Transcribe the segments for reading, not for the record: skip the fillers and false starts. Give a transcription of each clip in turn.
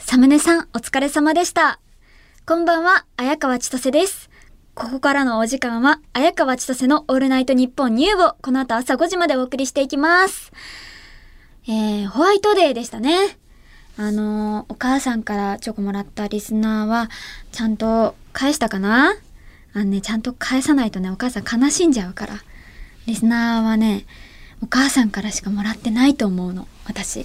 サムネさん、お疲れ様でした。こんばんは、綾川千歳です。ここからのお時間は、綾川千歳のオールナイトニッポンニューをこの後朝5時までお送りしていきます。ホワイトデーでしたね。お母さんからチョコもらったリスナーは、ちゃんと返したかな？ちゃんと返さないとね、お母さん悲しんじゃうから。リスナーはね、お母さんからしかもらってないと思うの、私。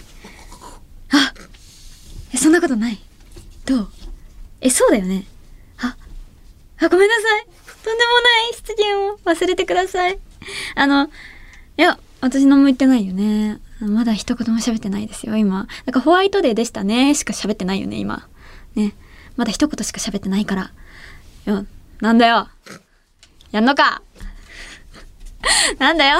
そんなことない？どう？そうだよね。ごめんなさい。とんでもない失言を忘れてください。いや、私何も言ってないよね。まだ一言も喋ってないですよ、今。なんかホワイトデーでしたねしか喋ってないよね、今。ね。まだ一言しか喋ってないから。いや、なんだよ。やんのか。なんだよ。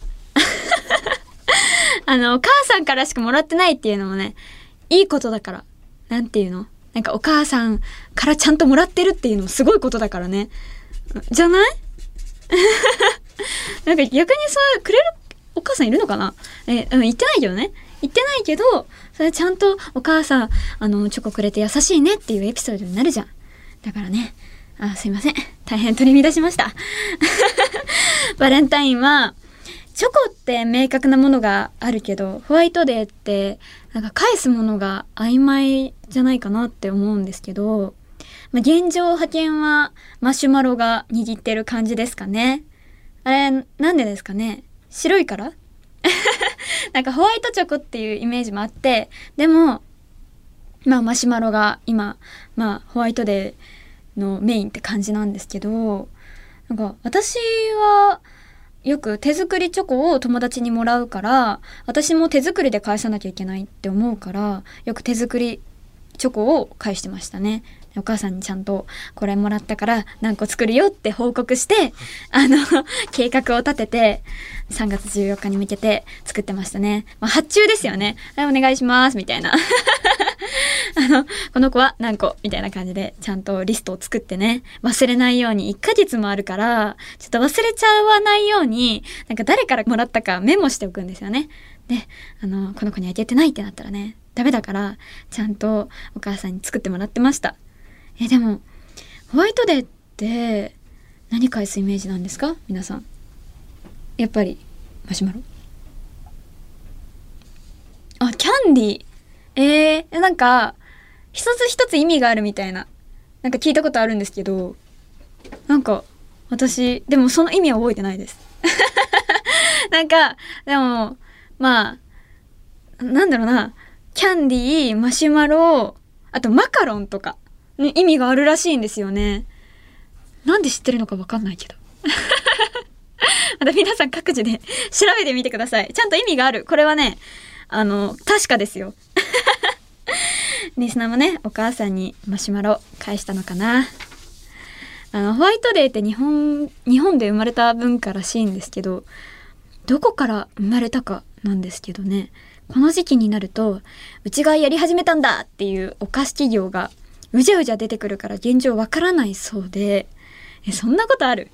お母さんからしかもらってないっていうのもね、いいことだから。なんていうの？なんかお母さんからちゃんともらってるっていうのもすごいことだからね。じゃない？なんか逆にそうくれるお母さんいるのかな？言ってないけどね。言ってないけど、それちゃんとお母さん、チョコくれて優しいねっていうエピソードになるじゃん。だからね。すいません。大変取り乱しました。バレンタインは、チョコって明確なものがあるけど、ホワイトデーってなんか返すものが曖昧じゃないかなって思うんですけど、現状派遣はマシュマロが握ってる感じですかね。あれ、なんでですかね？白いから？なんかホワイトチョコっていうイメージもあって、でも、マシュマロが今、ホワイトデーのメインって感じなんですけど、なんか私は、よく手作りチョコを友達にもらうから、私も手作りで返さなきゃいけないって思うから、よく手作りチョコを返してましたね。お母さんにちゃんとこれもらったから何個作るよって報告して、計画を立てて3月14日に向けて作ってましたね。発注ですよね。はい、お願いしますみたいな。この子は何個みたいな感じでちゃんとリストを作ってね、忘れないように1ヶ月もあるから、ちょっと忘れちゃわないように、なんか誰からもらったかメモしておくんですよね。で、この子にあげてないってなったらね、ダメだから、ちゃんとお母さんに作ってもらってました。でも、ホワイトデーって何返すイメージなんですか？皆さん。やっぱり、マシュマロ？キャンディー。なんか、一つ一つ意味があるみたいな。なんか聞いたことあるんですけど、なんか、私、でもその意味は覚えてないです。なんか、でも、なんだろうな、キャンディー、マシュマロ、あとマカロンとか、ね、意味があるらしいんですよね。なんで知ってるのかわかんないけど。また皆さん各自で調べてみてください。ちゃんと意味がある。これはね、確かですよ。リスナーもね、お母さんにマシュマロ返したのかな。ホワイトデーって日本で生まれた文化らしいんですけど、どこから生まれたかなんですけどね、この時期になると、うちがやり始めたんだっていうお菓子企業がうじゃうじゃ出てくるから現状わからないそうで、そんなことある？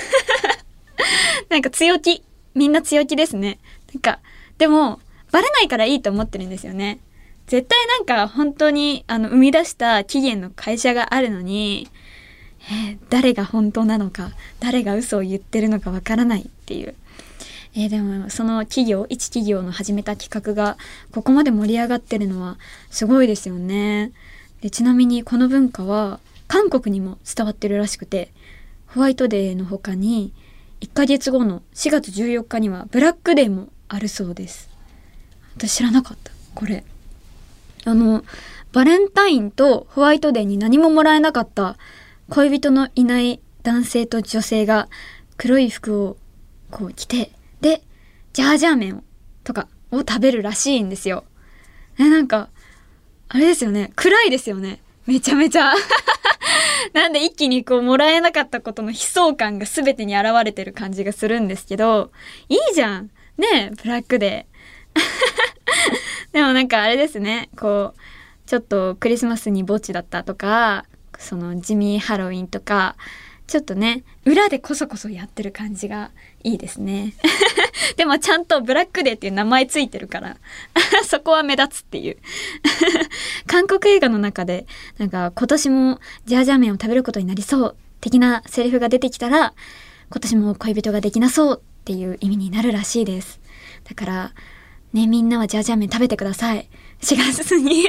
なんか強気。みんな強気ですね。なんか、でも、バレないからいいと思ってるんですよね。絶対なんか本当に生み出した期限の会社があるのに、誰が本当なのか、誰が嘘を言ってるのかわからないっていう。でもその一企業の始めた企画がここまで盛り上がってるのはすごいですよね。で、ちなみにこの文化は韓国にも伝わってるらしくて、ホワイトデーの他に1ヶ月後の4月14日にはブラックデーもあるそうです。私知らなかった、これ。バレンタインとホワイトデーに何ももらえなかった恋人のいない男性と女性が黒い服をこう着て、で、ジャージャー麺とかを食べるらしいんですよ。なんか、あれですよね。暗いですよね。めちゃめちゃ。なんで一気にこうもらえなかったことの悲壮感が全てに現れてる感じがするんですけど、いいじゃん。ねえ、ブラックデー。でもなんかあれですね。こう、ちょっとクリスマスにぼっちだったとか、その地味ハロウィンとか、ちょっとね、裏でコソコソやってる感じがいいですね。でもちゃんとブラックデーっていう名前ついてるからそこは目立つっていう韓国映画の中でなんか今年もジャージャー麺を食べることになりそう的なセリフが出てきたら、今年も恋人ができなそうっていう意味になるらしいです。だからね、みんなはジャージャー麺食べてください、4月に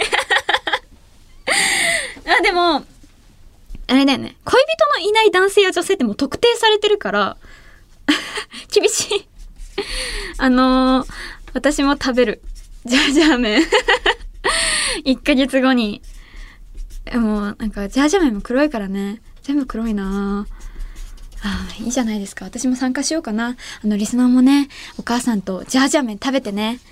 あ、でもあれだよね、恋人のいない男性や女性ってもう特定されてるから厳しい私も食べるジャージャー麺1ヶ月後に。もうなんかジャージャー麺も黒いからね、全部黒いなあ。いいじゃないですか、私も参加しようかな。リスナーもね、お母さんとジャージャー麺食べてね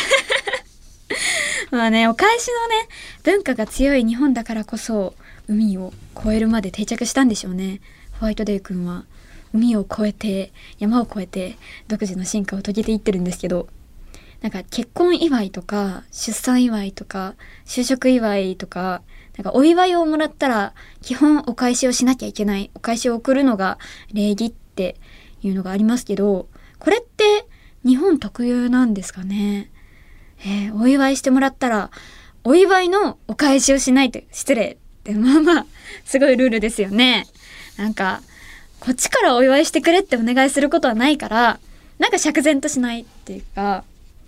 まあね、お返しのね文化が強い日本だからこそ海を越えるまで定着したんでしょうね。ホワイトデー君は海を越えて山を越えて独自の進化を遂げていってるんですけど、なんか結婚祝いとか出産祝いとか就職祝いとか、なんかお祝いをもらったら基本お返しをしなきゃいけない、お返しを送るのが礼儀っていうのがありますけど、これって日本特有なんですかね。お祝いしてもらったらお祝いのお返しをしないと失礼って、まあまあすごいルールですよね。なんかこっちからお祝いしてくれってお願いすることはないから、なんか釈然としないっていうか、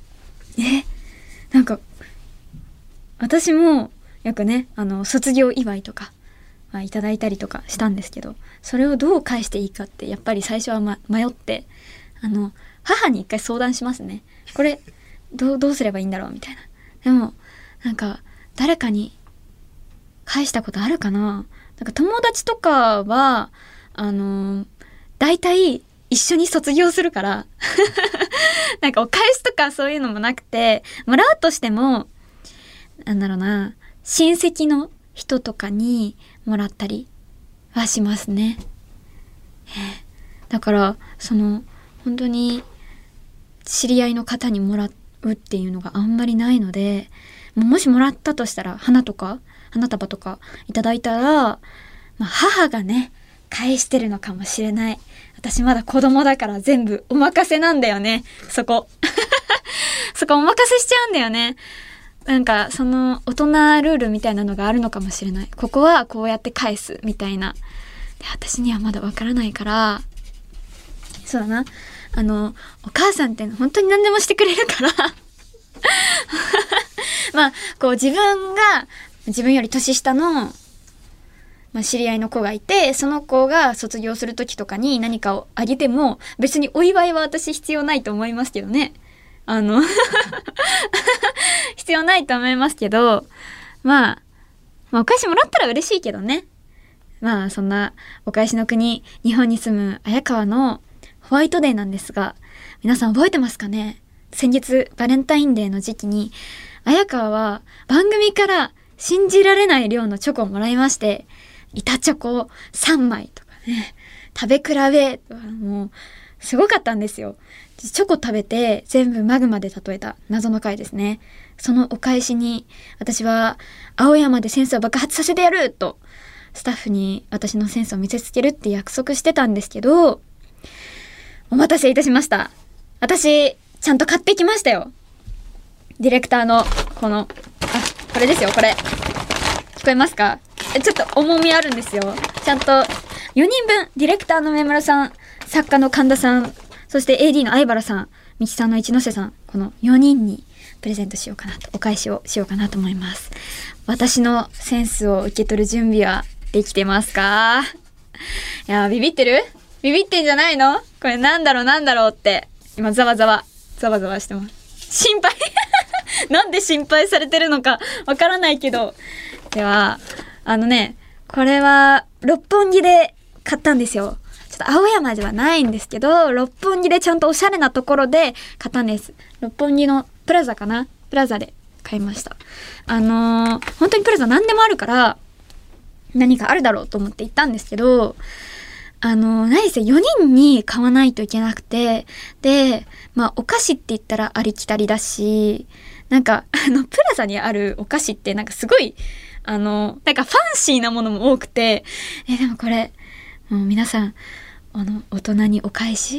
なんか私もよくね、卒業祝いとか、いただいたりとかしたんですけど、それをどう返していいかってやっぱり最初は、迷って、母に一回相談しますね。これどうすればいいんだろうみたいな。でもなんか誰かに返したことあるかな。なんか友達とかは大体一緒に卒業するからなんかお返しとかそういうのもなくて、もらうとしてもなんだろうな、親戚の人とかにもらったりはしますね。だから本当に知り合いの方にもらうっていうのがあんまりないので、もしもらったとしたら花束とかいただいたら、母がね返してるのかもしれない。私まだ子供だから全部お任せなんだよね、そこそこお任せしちゃうんだよね。なんかその大人ルールみたいなのがあるのかもしれない。ここはこうやって返すみたいな。で、私にはまだわからないから、そうだな、お母さんって本当に何でもしてくれるからこう自分より年下の知り合いの子がいて、その子が卒業する時とかに何かをあげても別にお祝いは私必要ないと思いますけどね。必要ないと思いますけど、お返しもらったら嬉しいけどね。そんなお返しの国、日本に住む綾川のホワイトデーなんですが、皆さん覚えてますかね。先月バレンタインデーの時期に綾川は番組から信じられない量のチョコをもらいまして、板チョコ3枚とかね、食べ比べとか、もうすごかったんですよ。チョコ食べて全部マグマで例えた謎の回ですね。そのお返しに私は青山でセンスを爆発させてやるとスタッフに私のセンスを見せつけるって約束してたんですけど、お待たせいたしました。私ちゃんと買ってきましたよ。ディレクターのこれですよ、これ聞こえますか。ちょっと重みあるんですよ。ちゃんと4人分、ディレクターの目村さん、作家の神田さん、そして AD の相原さん、ミキさんの一ノ瀬さん、この4人にプレゼントしようかなと、お返しをしようかなと思います。私のセンスを受け取る準備はできてますか？いや、ビビってんじゃないの？これなんだろうって今ざわざわしてます。心配なんで心配されてるのかわからないけど、ではこれは六本木で買ったんですよ。ちょっと青山ではないんですけど、六本木でちゃんとおしゃれなところで買ったんです。六本木のプラザで買いました。本当にプラザ何でもあるから何かあるだろうと思って行ったんですけど、何せ4人に買わないといけなくて、で、お菓子って言ったらありきたりだし、なんかプラザにあるお菓子ってなんかすごいなんかファンシーなものも多くて、でもこれもう皆さん大人にお返し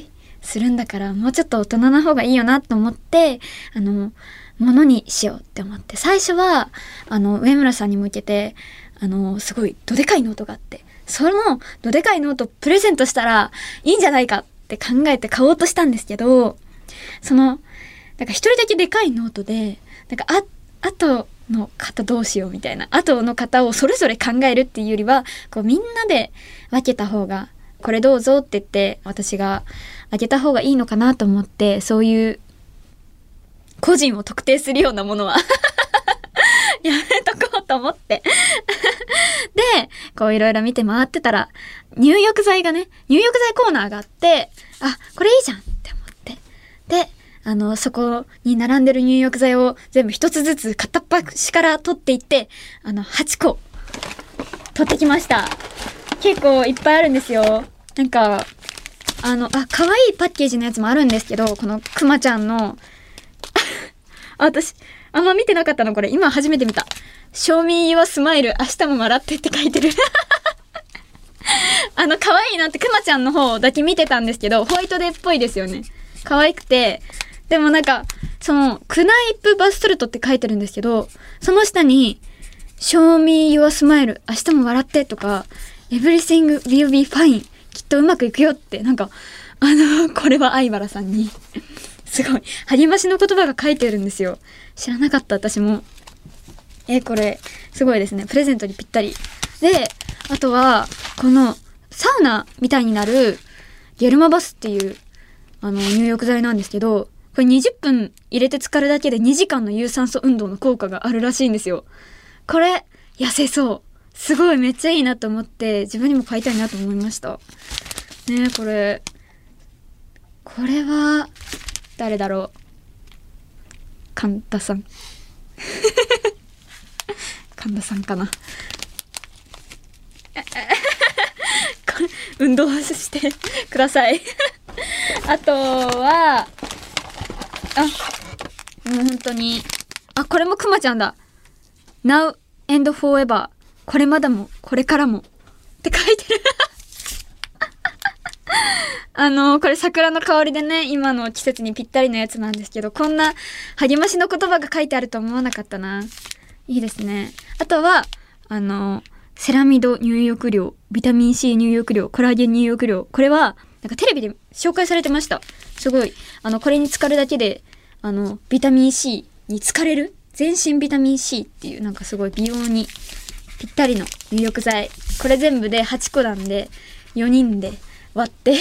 するんだから、もうちょっと大人な方がいいよなと思って、ものにしようって思って、最初は、上村さんに向けて、すごいどでかいノートがあって、そのどでかいノートをプレゼントしたらいいんじゃないかって考えて買おうとしたんですけど、なんか一人だけでかいノートで、なんか後の方どうしようみたいな、後の方をそれぞれ考えるっていうよりは、こうみんなで分けた方が、これどうぞって言って私があげた方がいいのかなと思って、そういう個人を特定するようなものはやめとこうと思ってで、こういろいろ見て回ってたら、入浴剤コーナーがあって、あ、これいいじゃんって思って。で、そこに並んでる入浴剤を全部一つずつ片っ端から取っていって、8個取ってきました。結構いっぱいあるんですよ。なんか、可愛いパッケージのやつもあるんですけど、このくまちゃんの私、あんま見てなかったのこれ。今初めて見た。Show me your smile 明日も笑ってって書いてる。可愛いなってくまちゃんの方だけ見てたんですけど、ホワイトデーっぽいですよね。可愛くて。でもなんか、クナイプバスソルトって書いてるんですけど、その下に、Show me your smile 明日も笑ってとか、Everything will be fine きっとうまくいくよって、なんか、これは相原さんに。すごい励ましの言葉が書いてるんですよ。知らなかった私も。これすごいですね。プレゼントにぴったりで、あとはこのサウナみたいになるゲルマバスっていう入浴剤なんですけど、これ20分入れて浸かるだけで2時間の有酸素運動の効果があるらしいんですよ。これ痩せそう。すごいめっちゃいいなと思って自分にも買いたいなと思いましたね。これは誰だろう。神田さん神田さんかな運動してくださいあとはもう本当にこれもくまちゃんだ。 Now and forever これまでもこれからもって書いてるこれ桜の香りでね、今の季節にぴったりのやつなんですけど、こんな励ましの言葉が書いてあると思わなかったな。いいですね。あとは、セラミド入浴料、ビタミン C 入浴料、コラーゲン入浴料。これは、なんかテレビで紹介されてました。すごい。これに浸かるだけで、ビタミン C に浸かれる全身ビタミン C っていう、なんかすごい美容にぴったりの入浴剤。これ全部で8個なんで、4人で割って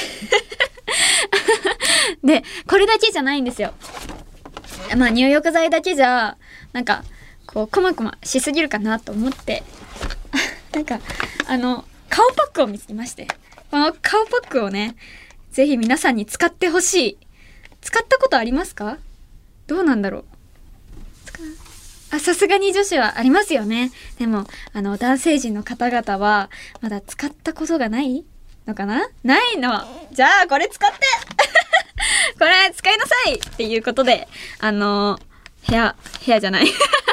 で、これだけじゃないんですよ。まあ入浴剤だけじゃなんかこうこまこましすぎるかなと思ってなんか顔パックを見つけまして、この顔パックをね、ぜひ皆さんに使ってほしい。使ったことありますか？どうなんだろう。さすがに女子はありますよね。でも男性陣の方々はまだ使ったことがないのかな？ないの。じゃあこれ使ってこれ使いなさいっていうことで、部屋じゃない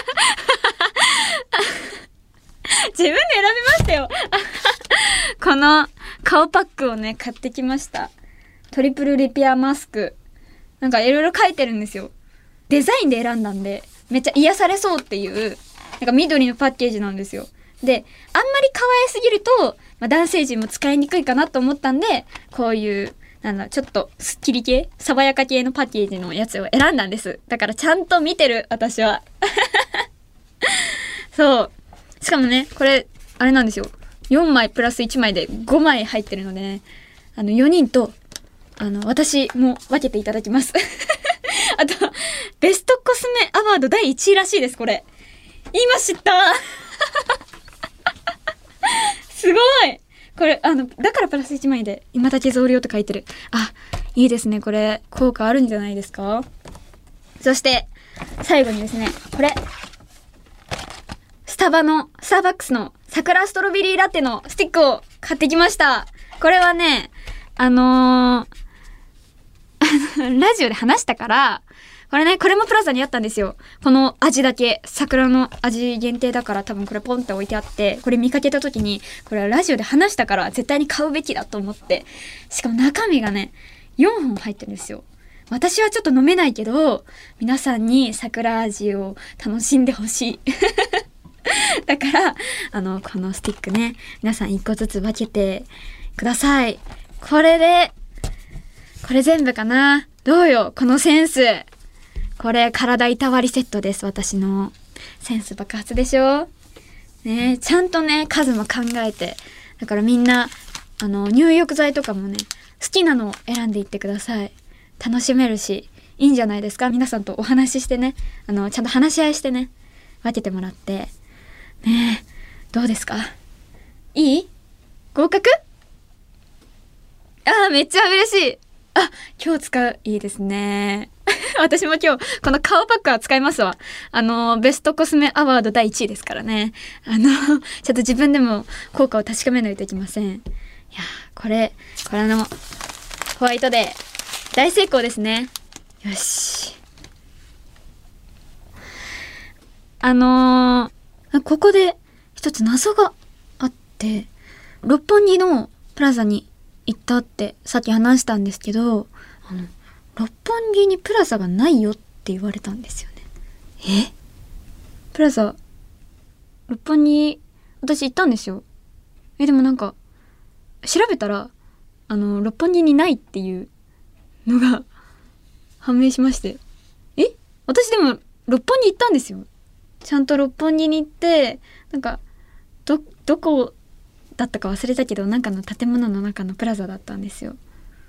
自分で選びましたよこの顔パックをね買ってきました。トリプルリペアマスク、なんかいろいろ書いてるんですよ。デザインで選んだんでめっちゃ癒されそうっていうなんか緑のパッケージなんですよ。で、あんまり可愛すぎると、男性陣も使いにくいかなと思ったんで、こういうちょっとスッキリ系、爽やか系のパッケージのやつを選んだんです。だからちゃんと見てる私はそう。しかもね、これあれなんですよ。4枚プラス1枚で5枚入ってるのでね、4人と私も分けていただきますあとベストコスメアワード第1位らしいです。これ今知ったすごい。これだからプラス1枚で今だけ増量と書いてる。いいですね。これ効果あるんじゃないですか。そして最後にですね、これスターバックスの桜ストロベリーラテのスティックを買ってきました。これはねラジオで話したから、これもプラザにあったんですよ。この味だけ、桜の味限定だから多分これポンって置いてあって、これ見かけた時に、これはラジオで話したから絶対に買うべきだと思って。しかも中身がね、 4本入ってるんですよ。私はちょっと飲めないけど、皆さんに桜味を楽しんでほしい。だから、このスティックね、皆さん1個ずつ分けてください。これ全部かな。どうよ、このセンス。これ、体いたわりセットです、私の。センス爆発でしょね、ちゃんとね、数も考えて。だからみんな、入浴剤とかもね、好きなのを選んでいってください。楽しめるし、いいんじゃないですか。皆さんとお話ししてね、ちゃんと話し合いしてね、分けてもらって。ねえ、どうですか？いい？合格？めっちゃ嬉しい。今日使う。いいですね。私も今日、この顔パックは使いますわ。ベストコスメアワード第1位ですからね。ちょっと自分でも効果を確かめないといけません。いや、これホワイトデー、大成功ですね。よし。ここで一つ謎があって、六本木のプラザに行ったってさっき話したんですけど、六本木にプラザがないよって言われたんですよね。プラザ、六本木、私行ったんですよ。でもなんか、調べたら、六本木にないっていうのが判明しまして。私でも六本木行ったんですよ。ちゃんと六本木に行って、なんか、どこだったか忘れたけど、なんかの建物の中のプラザだったんですよ。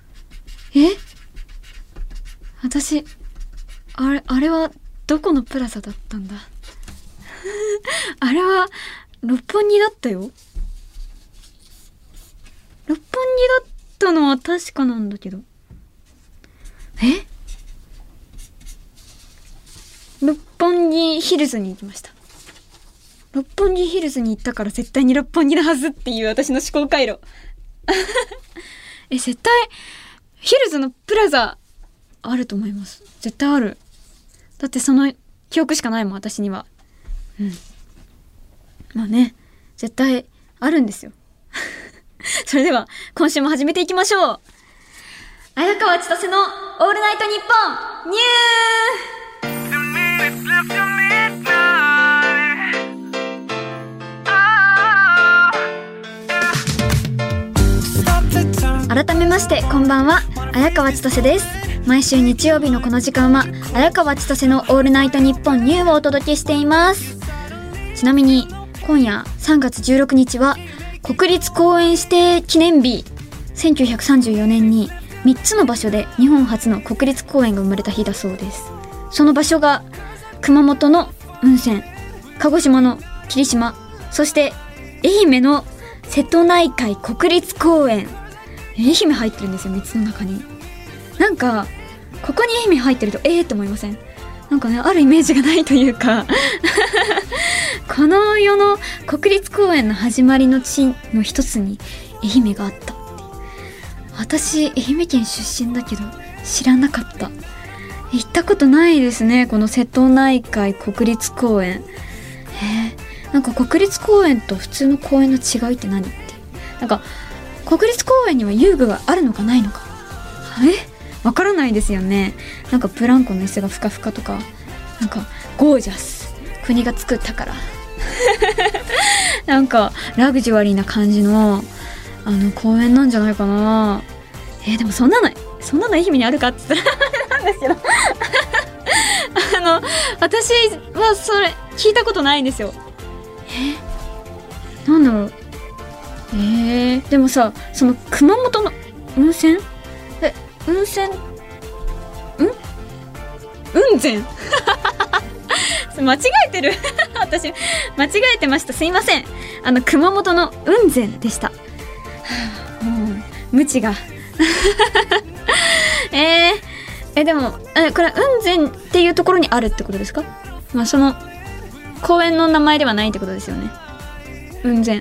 私、あれはどこのプラザだったんだ。あれは六本木だったよ。六本木だったのは確かなんだけど。六本木ヒルズに行きました。六本木ヒルズに行ったから絶対に六本木のはずっていう私の思考回路。絶対ヒルズのプラザあると思います。絶対ある。だってその記憶しかないもん、私には。まあね、絶対あるんですよ。それでは今週も始めていきましょう。綾川千歳のオールナイトニッポンニュー。改めましてこんばんは、綾川千歳です。毎週日曜日のこの時間は綾川千歳のオールナイトニッポンニューをお届けしています。ちなみに今夜3月16日は国立公園指定記念日。1934年に3つの場所で日本初の国立公園が生まれた日だそうです。その場所が熊本の雲仙、鹿児島の霧島、そして愛媛の瀬戸内海国立公園。愛媛入ってるんですよ、3つの中に。なんかここに愛媛入ってるとって思いません？なんかね、あるイメージがないというかこの世の国立公園の始まりの地の一つに愛媛があったっていう。私愛媛県出身だけど知らなかった。行ったことないですね、この瀬戸内海国立公園。なんか国立公園と普通の公園の違いって何って。なんか国立公園には遊具があるのかないのかわからないですよね。なんかプランコの椅子がふかふかとか、なんかゴージャス、国が作ったからなんかラグジュアリーな感じの公園なんじゃないかな。でもそんなの愛媛にあるかって言ったらなんですけど私はそれ聞いたことないんですよ。なんだろう。でもさ、その熊本の雲仙、雲仙雲仙間違えてる私間違えてました、すいません。熊本の雲仙でした。もう無知がでもこれ雲仙っていうところにあるってことですか？まあその公園の名前ではないってことですよね。雲仙、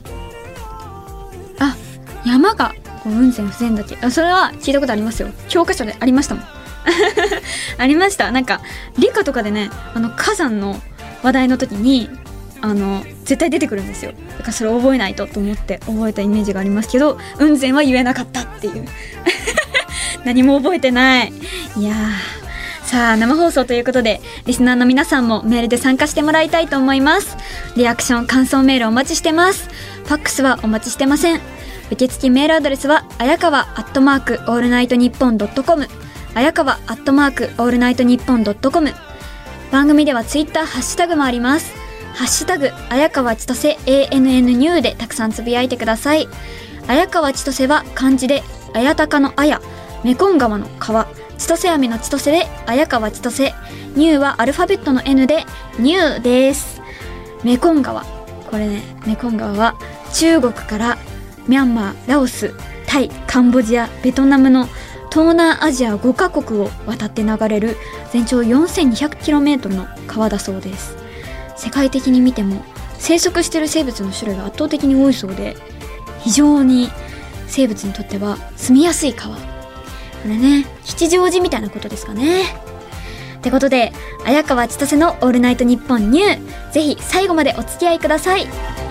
山が雲仙不全岳、それは聞いたことありますよ。教科書でありましたもんありました。なんか理科とかでね、火山の話題の時に絶対出てくるんですよ。だからそれを覚えないとと思って覚えたイメージがありますけど、雲仙は言えなかったっていう何も覚えてない。いやー、さあ生放送ということでリスナーの皆さんもメールで参加してもらいたいと思います。リアクション感想メールお待ちしてます。ファックスはお待ちしてません。受付メールアドレスはあやかわ@allnightnippon.com、あやかわ@allnightnippon.com。番組ではツイッターハッシュタグもあります。ハッシュタグあやかわちとせ ANNNEW でたくさんつぶやいてください。あやかわちとせは漢字であやたかのあや、メコン川の川、千歳飴の千歳であやかわちとせ、ニューはアルファベットの N でニューです。メコン川、これね、メコン川は中国からミャンマー、ラオス、タイ、カンボジア、ベトナムの東南アジア5カ国を渡って流れる全長 4200km の川だそうです。世界的に見ても生息している生物の種類が圧倒的に多いそうで、非常に生物にとっては住みやすい川、これね、吉祥寺みたいなことですかね。ってことで、綾川千歳のオールナイトニッポンニュー、ぜひ最後までお付き合いください。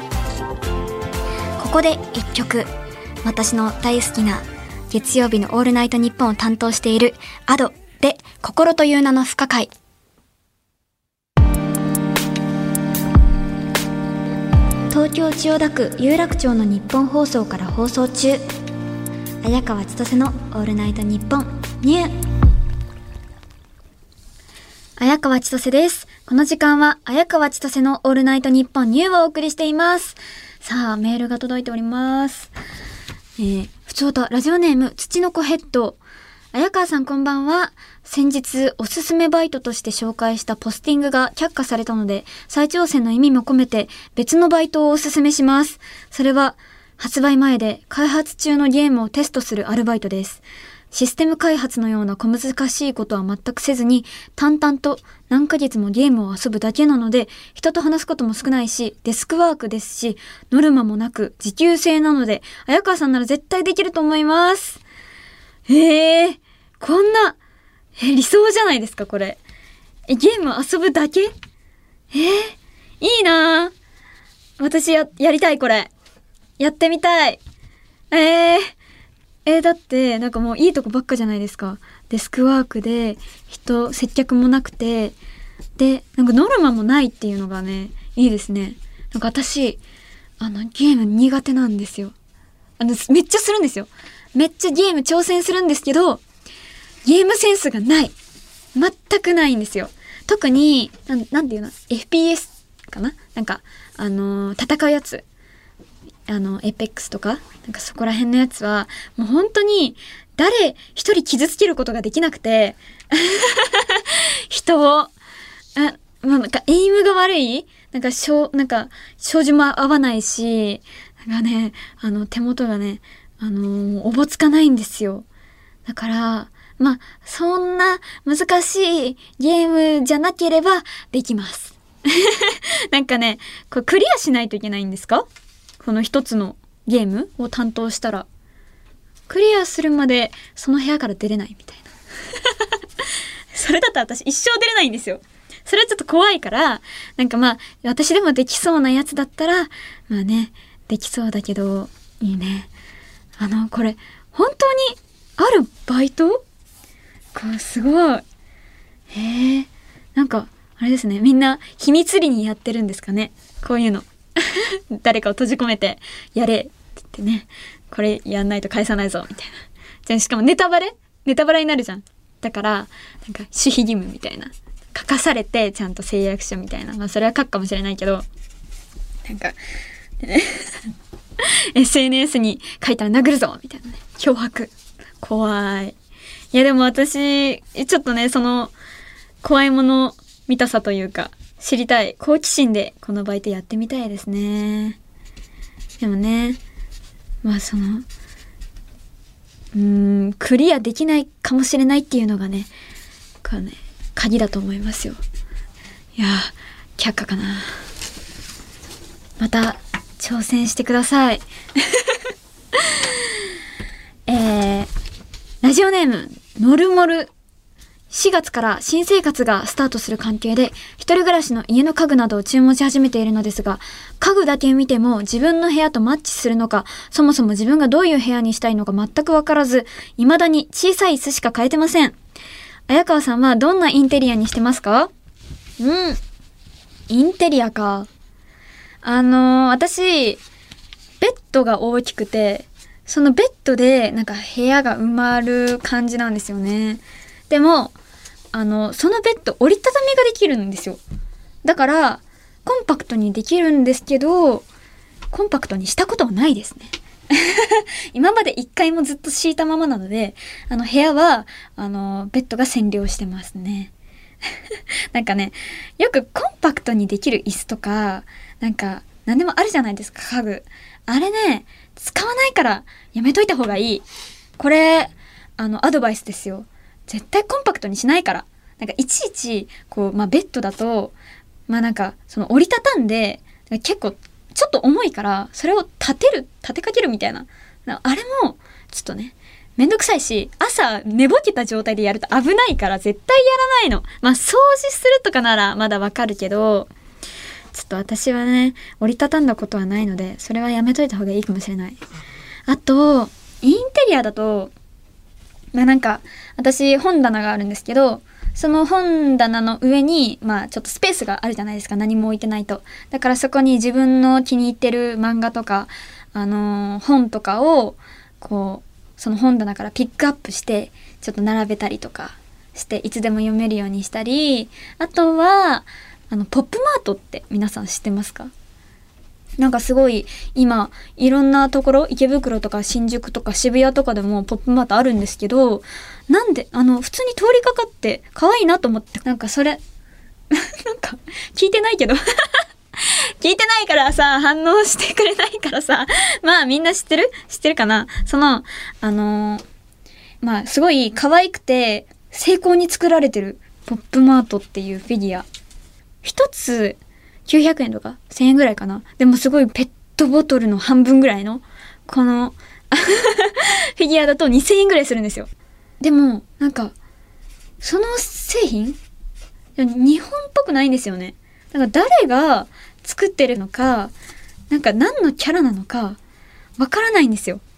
ここで一曲、私の大好きな月曜日のオールナイトニッポンを担当しているアドで心という名の不可解。東京千代田区有楽町の日本放送から放送中、綾川千歳のオールナイトニッポンニュー。綾川千歳です。この時間は綾川千歳のオールナイトニッポンニューをお送りしています。さあ、メールが届いております。ふつおたラジオネーム土の子ヘッド。綾川さんこんばんは。先日おすすめバイトとして紹介したポスティングが却下されたので、再挑戦の意味も込めて別のバイトをおすすめします。それは発売前で開発中のゲームをテストするアルバイトです。システム開発のような小難しいことは全くせずに、淡々と何ヶ月もゲームを遊ぶだけなので、人と話すことも少ないし、デスクワークですし、ノルマもなく時給制なので、綾川さんなら絶対できると思います。こんな理想じゃないですか、これ。ゲーム遊ぶだけ？いいなぁ。私やりたい、これ。やってみたい。だってなんかもういいとこばっかじゃないですか。デスクワークで接客もなくて、でなんかノルマもないっていうのがね、いいですね。なんか私ゲーム苦手なんですよ。めっちゃするんですよ。めっちゃゲーム挑戦するんですけど、ゲームセンスがない。全くないんですよ。特になんていうの、 FPS かな、なんか戦うやつ、エーペックスとかなんかそこら辺のやつはもう本当に誰一人傷つけることができなくて人をなんかエイムが悪い、なんか照準も合わないし、なんかね、手元がね、おぼつかないんですよ。だからそんな難しいゲームじゃなければできますなんかね、これクリアしないといけないんですか？この一つのゲームを担当したらクリアするまでその部屋から出れないみたいなそれだと私一生出れないんですよ。それはちょっと怖いから、なんか私でもできそうなやつだったらできそうだけど、いいね。これ本当にあるバイト？すごい。なんかあれですね、みんな秘密裏にやってるんですかね、こういうの誰かを閉じ込めてやれって言ってね、これやんないと返さないぞみたいな。じゃあしかもネタバレになるじゃん。だからなんか守秘義務みたいな、書かされてちゃんと誓約書みたいな、それは書くかもしれないけど、なんかSNS に書いたら殴るぞみたいなね、脅迫。怖い。いやでも私ちょっとね、その怖いもの見たさというか知りたい、好奇心でこのバイトやってみたいですね。でもね、クリアできないかもしれないっていうのがね、これね、鍵だと思いますよ。いや却下かな。また挑戦してくださいラジオネームノルモル 4月から新生活がスタートする関係で、一人暮らしの家の家具などを注文し始めているのですが、家具だけ見ても自分の部屋とマッチするのか、そもそも自分がどういう部屋にしたいのか全くわからず、未だに小さい椅子しか買えてません。綾川さんはどんなインテリアにしてますか？インテリアか。私、ベッドが大きくて、そのベッドでなんか部屋が埋まる感じなんですよね。でも、そのベッド折りたたみができるんですよ。だから、コンパクトにできるんですけど、コンパクトにしたことはないですね。今まで一回もずっと敷いたままなので、部屋は、ベッドが占領してますね。なんかね、よくコンパクトにできる椅子とか、なんか、何でもあるじゃないですか、家具。あれね、使わないからやめといた方がいい。これ、アドバイスですよ。絶対コンパクトにしないから。なんかいちいち、こう、ベッドだと、なんか、その折りたたんで、結構、ちょっと重いから、それを立てかけるみたいな。あれも、ちょっとね、めんどくさいし、朝寝ぼけた状態でやると危ないから絶対やらないの。掃除するとかならまだわかるけど、ちょっと私はね、折りたたんだことはないので、それはやめといた方がいいかもしれない。あと、インテリアだと、なんか、私本棚があるんですけど、その本棚の上に、ちょっとスペースがあるじゃないですか。何も置いてないと。だからそこに自分の気に入ってる漫画とか、本とかを、こう、その本棚からピックアップして、ちょっと並べたりとかして、いつでも読めるようにしたり、あとは、ポップマートって皆さん知ってますか？なんかすごい今いろんなところ、池袋とか新宿とか渋谷とかでもポップマートあるんですけど、なんで普通に通りかかって可愛いなと思って、なんかそれなんか聞いてないけど聞いてないからさ、反応してくれないからさ、みんな知ってるかな。すごい可愛くて精巧に作られてるポップマートっていうフィギュア、一つ900円とか1000円ぐらいかな。でもすごいペットボトルの半分ぐらいのこのフィギュアだと2000円ぐらいするんですよ。でもなんかその製品日本っぽくないんですよね。なんか誰が作ってるのか、なんか何のキャラなのかわからないんですよ。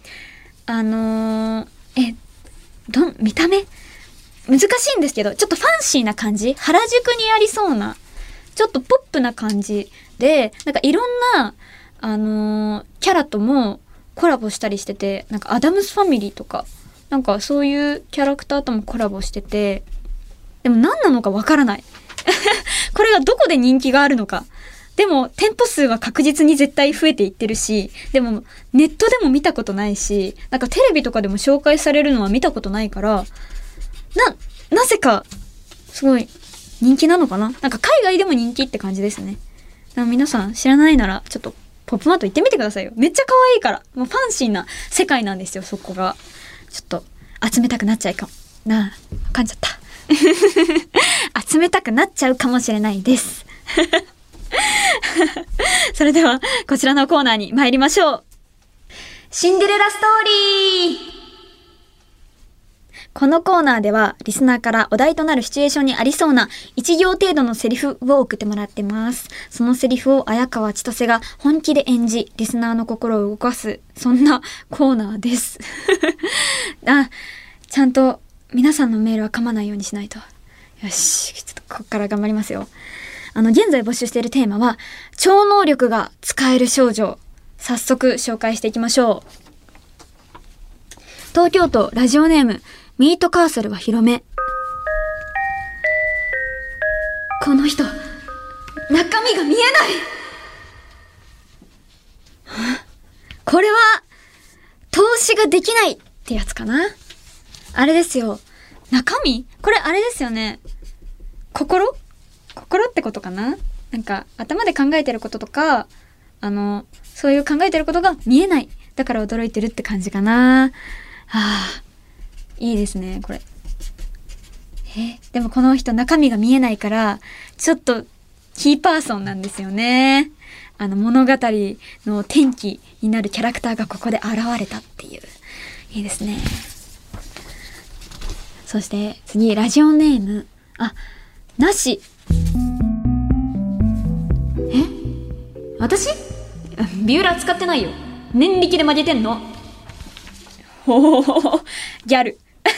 見た目難しいんですけど、ちょっとファンシーな感じ、原宿にありそうなちょっとポップな感じで、なんかいろんなキャラともコラボしたりしてて、なんかアダムスファミリーとかなんかそういうキャラクターともコラボしてて、でも何なのかわからないこれがどこで人気があるのか。でも店舗数は確実に絶対増えていってるし、でもネットでも見たことないし、なんかテレビとかでも紹介されるのは見たことないから、なぜかすごい人気なのかな。なんか海外でも人気って感じですね。皆さん知らないならちょっとポップマート行ってみてくださいよ。めっちゃ可愛いから。もうファンシーな世界なんですよ、そこが。ちょっと集めたくなっちゃうかもな。噛んじゃった集めたくなっちゃうかもしれないですそれではこちらのコーナーに参りましょう。シンデレラストーリー。このコーナーではリスナーからお題となるシチュエーションにありそうな1行程度のセリフを送ってもらってます。そのセリフを綾川千歳が本気で演じ、リスナーの心を動かす、そんなコーナーですちゃんと皆さんのメールは噛まないようにしないと。よし、ちょっとここから頑張りますよ。現在募集しているテーマは超能力が使える少女。早速紹介していきましょう。東京都ラジオネームミートカーソルは広め。この人、中身が見えない。これは投資ができないってやつかな。あれですよ。中身？これあれですよね。心ってことかな。なんか頭で考えてることとか、そういう考えてることが見えない。だから驚いてるって感じかな。いいですね、これ。でもこの人中身が見えないから、ちょっとキーパーソンなんですよね。物語の転機になるキャラクターがここで現れたっていう。いいですね。 そして次ラジオネームなし。私ビューラー使ってないよ。念力で曲げてんの。ほほほギャル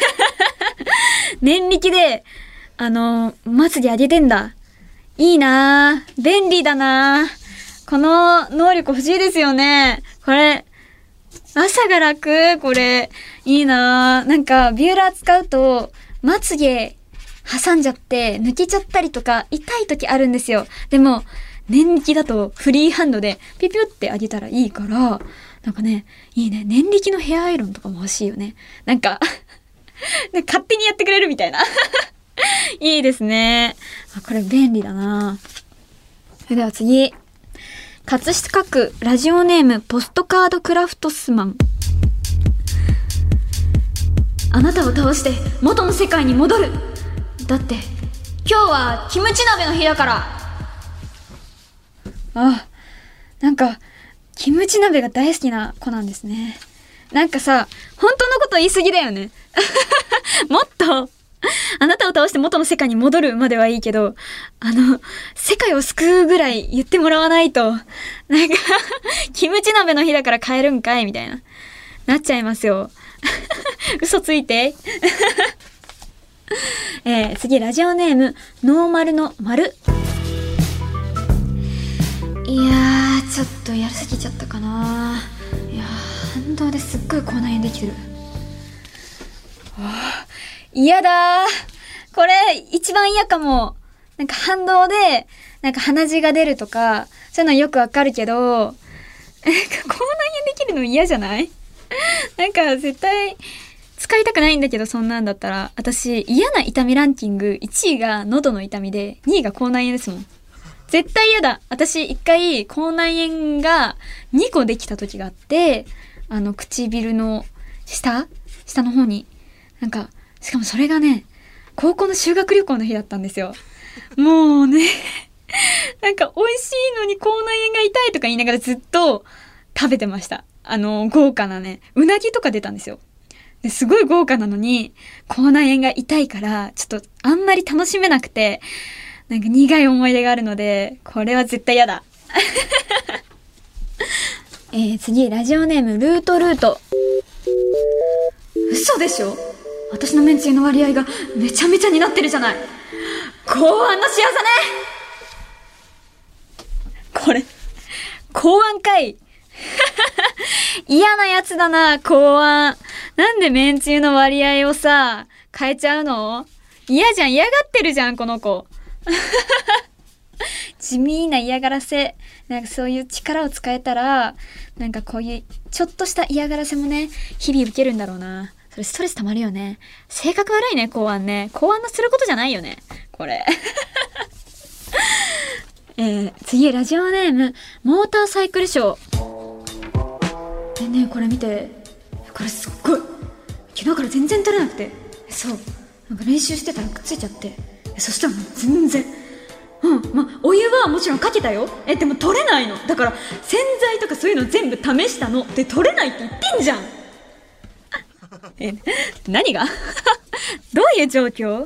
念力でまつげ上げてんだ。いいなぁ、便利だなぁ。この能力欲しいですよね。これ朝が楽。これいいなぁ。なんかビューラー使うとまつげ挟んじゃって抜けちゃったりとか痛い時あるんですよ。でも念力だとフリーハンドでピュピュって上げたらいいから、なんかね、いいね。念力のヘアアイロンとかも欲しいよね。なんか勝手にやってくれるみたいな。いいですね。これ便利だな。それでは次。葛飾区ラジオネームポストカードクラフトスマン。あなたを倒して元の世界に戻る。だって今日はキムチ鍋の日だから。なんかキムチ鍋が大好きな子なんですね。なんかさ、本当のこと言い過ぎだよね。もっとあなたを倒して元の世界に戻るまではいいけど、世界を救うぐらい言ってもらわないと、なんかキムチ鍋の日だから帰るんかいみたいなっちゃいますよ。嘘ついて。次ラジオネームノーマルの丸。いやー、ちょっとやりすぎちゃったかな。いやー、反動ですっごい口内炎できてる。嫌だー。これ一番嫌かも。なんか反動でなんか鼻血が出るとかそういうのよくわかるけど、なんか口内炎できるの嫌じゃない？なんか絶対使いたくないんだけど、そんなんだったら。私嫌な痛みランキング1位が喉の痛みで2位が口内炎ですもん。絶対嫌だ。私一回口内炎が2個できた時があって、唇の下の方になんか、しかもそれがね、高校の修学旅行の日だったんですよ。もうねなんか美味しいのに口内炎が痛いとか言いながらずっと食べてました。豪華なね、うなぎとか出たんですよ。ですごい豪華なのに口内炎が痛いからちょっとあんまり楽しめなくて、なんか苦い思い出があるので、これは絶対嫌だ。次ラジオネームルートルート。嘘でしょ。私のめんつゆの割合がめちゃめちゃになってるじゃない。考案の仕業ね。これ考案かい。嫌なやつだな、考案。なんでめんつゆの割合をさ変えちゃうの？嫌じゃん。嫌がってるじゃんこの子。地味な嫌がらせ。なんかそういう力を使えたら、なんかこういうちょっとした嫌がらせもね、日々受けるんだろうな。それストレス溜まるよね。性格悪いね、考案ね。考案のすることじゃないよねこれ。次ラジオネームモーターサイクルショー。ねえこれ見て。これすっごい昨日から全然取れなくて。そうなんか練習してたらくっついちゃって、そしたらもう全然お湯はもちろんかけたよ。でも取れないの。だから洗剤とかそういうの全部試したので取れないって言ってんじゃん。何がどういう状況？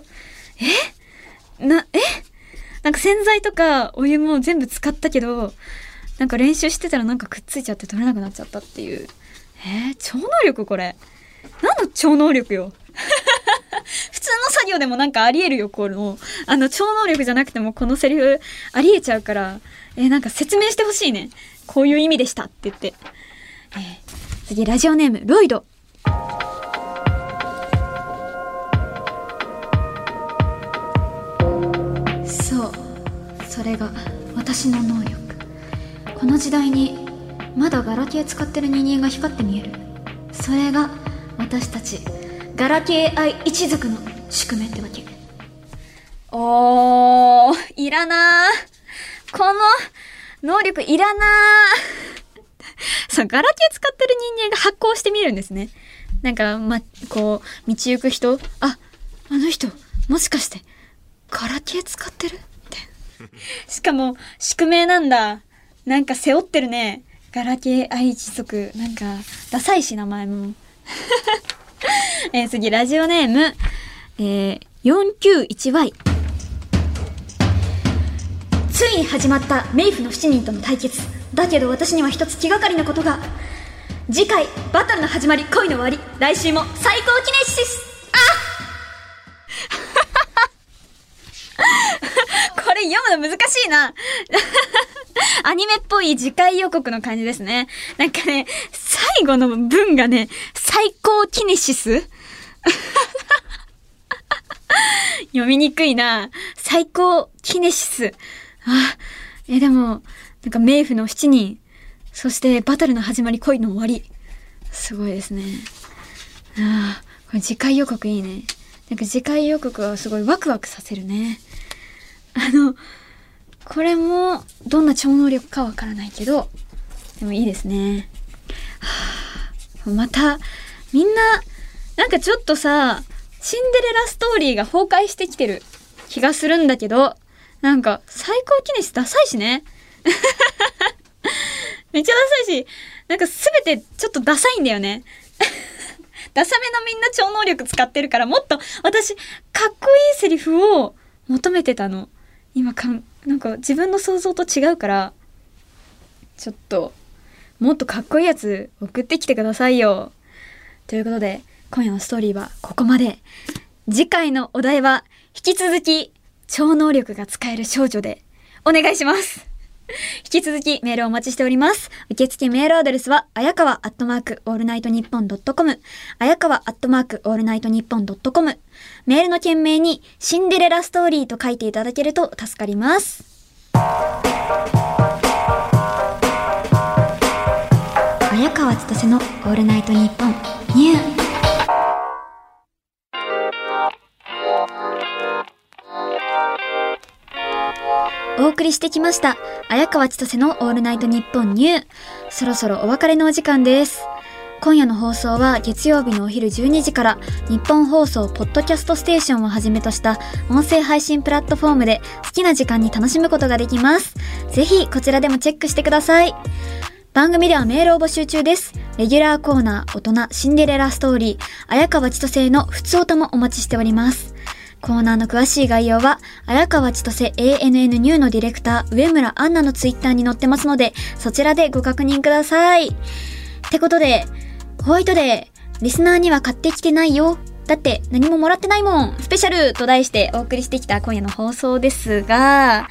なんか洗剤とかお湯も全部使ったけど、なんか練習してたらなんかくっついちゃって取れなくなっちゃったっていう。超能力これ。何の超能力よ。普通の作業でもなんかありえるよ、この超能力じゃなくてもこのセリフありえちゃうから、なんか説明してほしいね。こういう意味でしたって言って。次ラジオネームロイド。そう、それが私の能力。この時代にまだガラケー使ってる人間が光って見える。それが私たちガラケー愛一族の宿命ってわけ。いらなー。この能力いらなー。そう、ガラケー使ってる人間が発光して見えるんですね。なんかこう道行く人、あの人もしかしてガラケー使ってるって。しかも宿命なんだ。なんか背負ってるね、ガラケー愛一族。なんかダサいし名前も。次ラジオネーム 491Y。ついに始まったメイフの7人との対決。だけど私には一つ気がかりなことが。次回バトルの始まり恋の終わり。来週も最高記念シス。これ読むの難しいな。アニメっぽい次回予告の感じですね。なんかね、最後の文がね、最高キネシス読みにくいな。最高キネシス。でも、なんか冥府の7人、そしてバトルの始まり恋の終わり。すごいですね。これ次回予告いいね。なんか次回予告はすごいワクワクさせるね。これもどんな超能力かわからないけど、でもいいですね。またみんななんかちょっとさ、シンデレラストーリーが崩壊してきてる気がするんだけど、なんか最高記念誌ダサいしね。めっちゃダサいし、なんかすべてちょっとダサいんだよね。ダサめのみんな超能力使ってるから、もっと私かっこいいセリフを求めてたの。今なんか自分の想像と違うから、ちょっともっとかっこいいやつ送ってきてくださいよ。ということで今夜のストーリーはここまで。次回のお題は引き続き超能力が使える少女でお願いします。引き続きメールをお待ちしております。受付メールアドレスはあやかわ@allnightnippon.com、あやかわ@allnightnippon.com。メールの件名にシンデレラストーリーと書いていただけると助かります。綾川千歳のオールナイトニッポンニュー。お送りしてきました綾川千歳のオールナイトニッポンニュー。そろそろお別れのお時間です。今夜の放送は月曜日のお昼12時から日本放送ポッドキャストステーションをはじめとした音声配信プラットフォームで好きな時間に楽しむことができます。ぜひこちらでもチェックしてください。番組ではメールを募集中です。レギュラーコーナー、大人シンデレラストーリー、綾川千歳のふつおたもお待ちしております。コーナーの詳しい概要は綾川千歳 ANN ニューのディレクター上村アンナのツイッターに載ってますので、そちらでご確認ください。ってことで、ホワイトデー、リスナーには買ってきてないよ。だって何ももらってないもん。スペシャルと題してお送りしてきた今夜の放送ですが、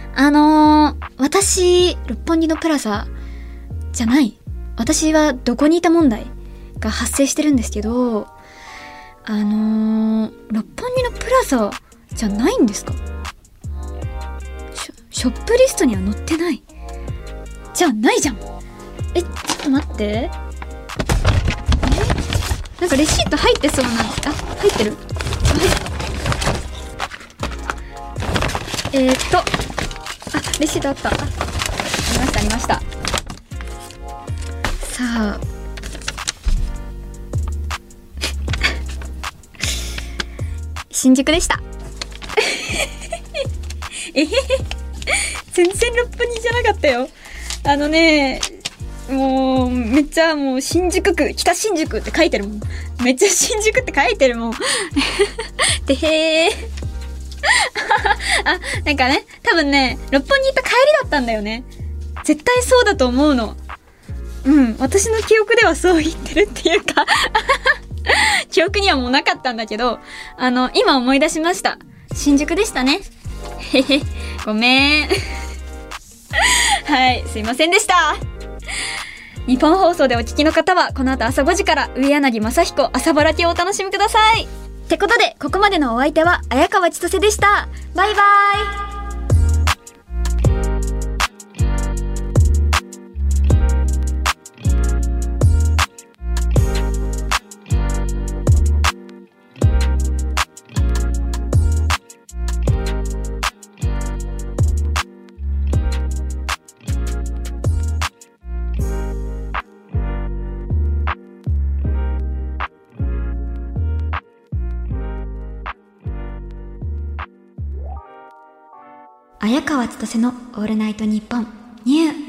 私、六本木のプラザじゃない。私はどこにいた問題が発生してるんですけど、六本木のプラザじゃないんですか？ショップリストには載ってない。じゃあないじゃん。ちょっと待って。なんかレシート入ってそうなんです。入ってる？レシートあった。ありました。さあ。新宿でした。全然六本木じゃなかったよ。もうめっちゃもう新宿区、北新宿って書いてるもん。めっちゃ新宿って書いてるもん。でへー。なんかね、多分ね、六本木行った帰りだったんだよね。絶対そうだと思うの。私の記憶ではそう言ってるっていうか記憶にはもうなかったんだけど、今思い出しました。新宿でしたね。へへ、ごめん。はい、すいませんでした。日本放送でお聞きの方は、この後朝5時から上柳正彦朝ぼらけをお楽しみください。ってことで、ここまでのお相手は綾川千歳でした。バイバイ。綾川千歳のオールナイトニッポンニュー。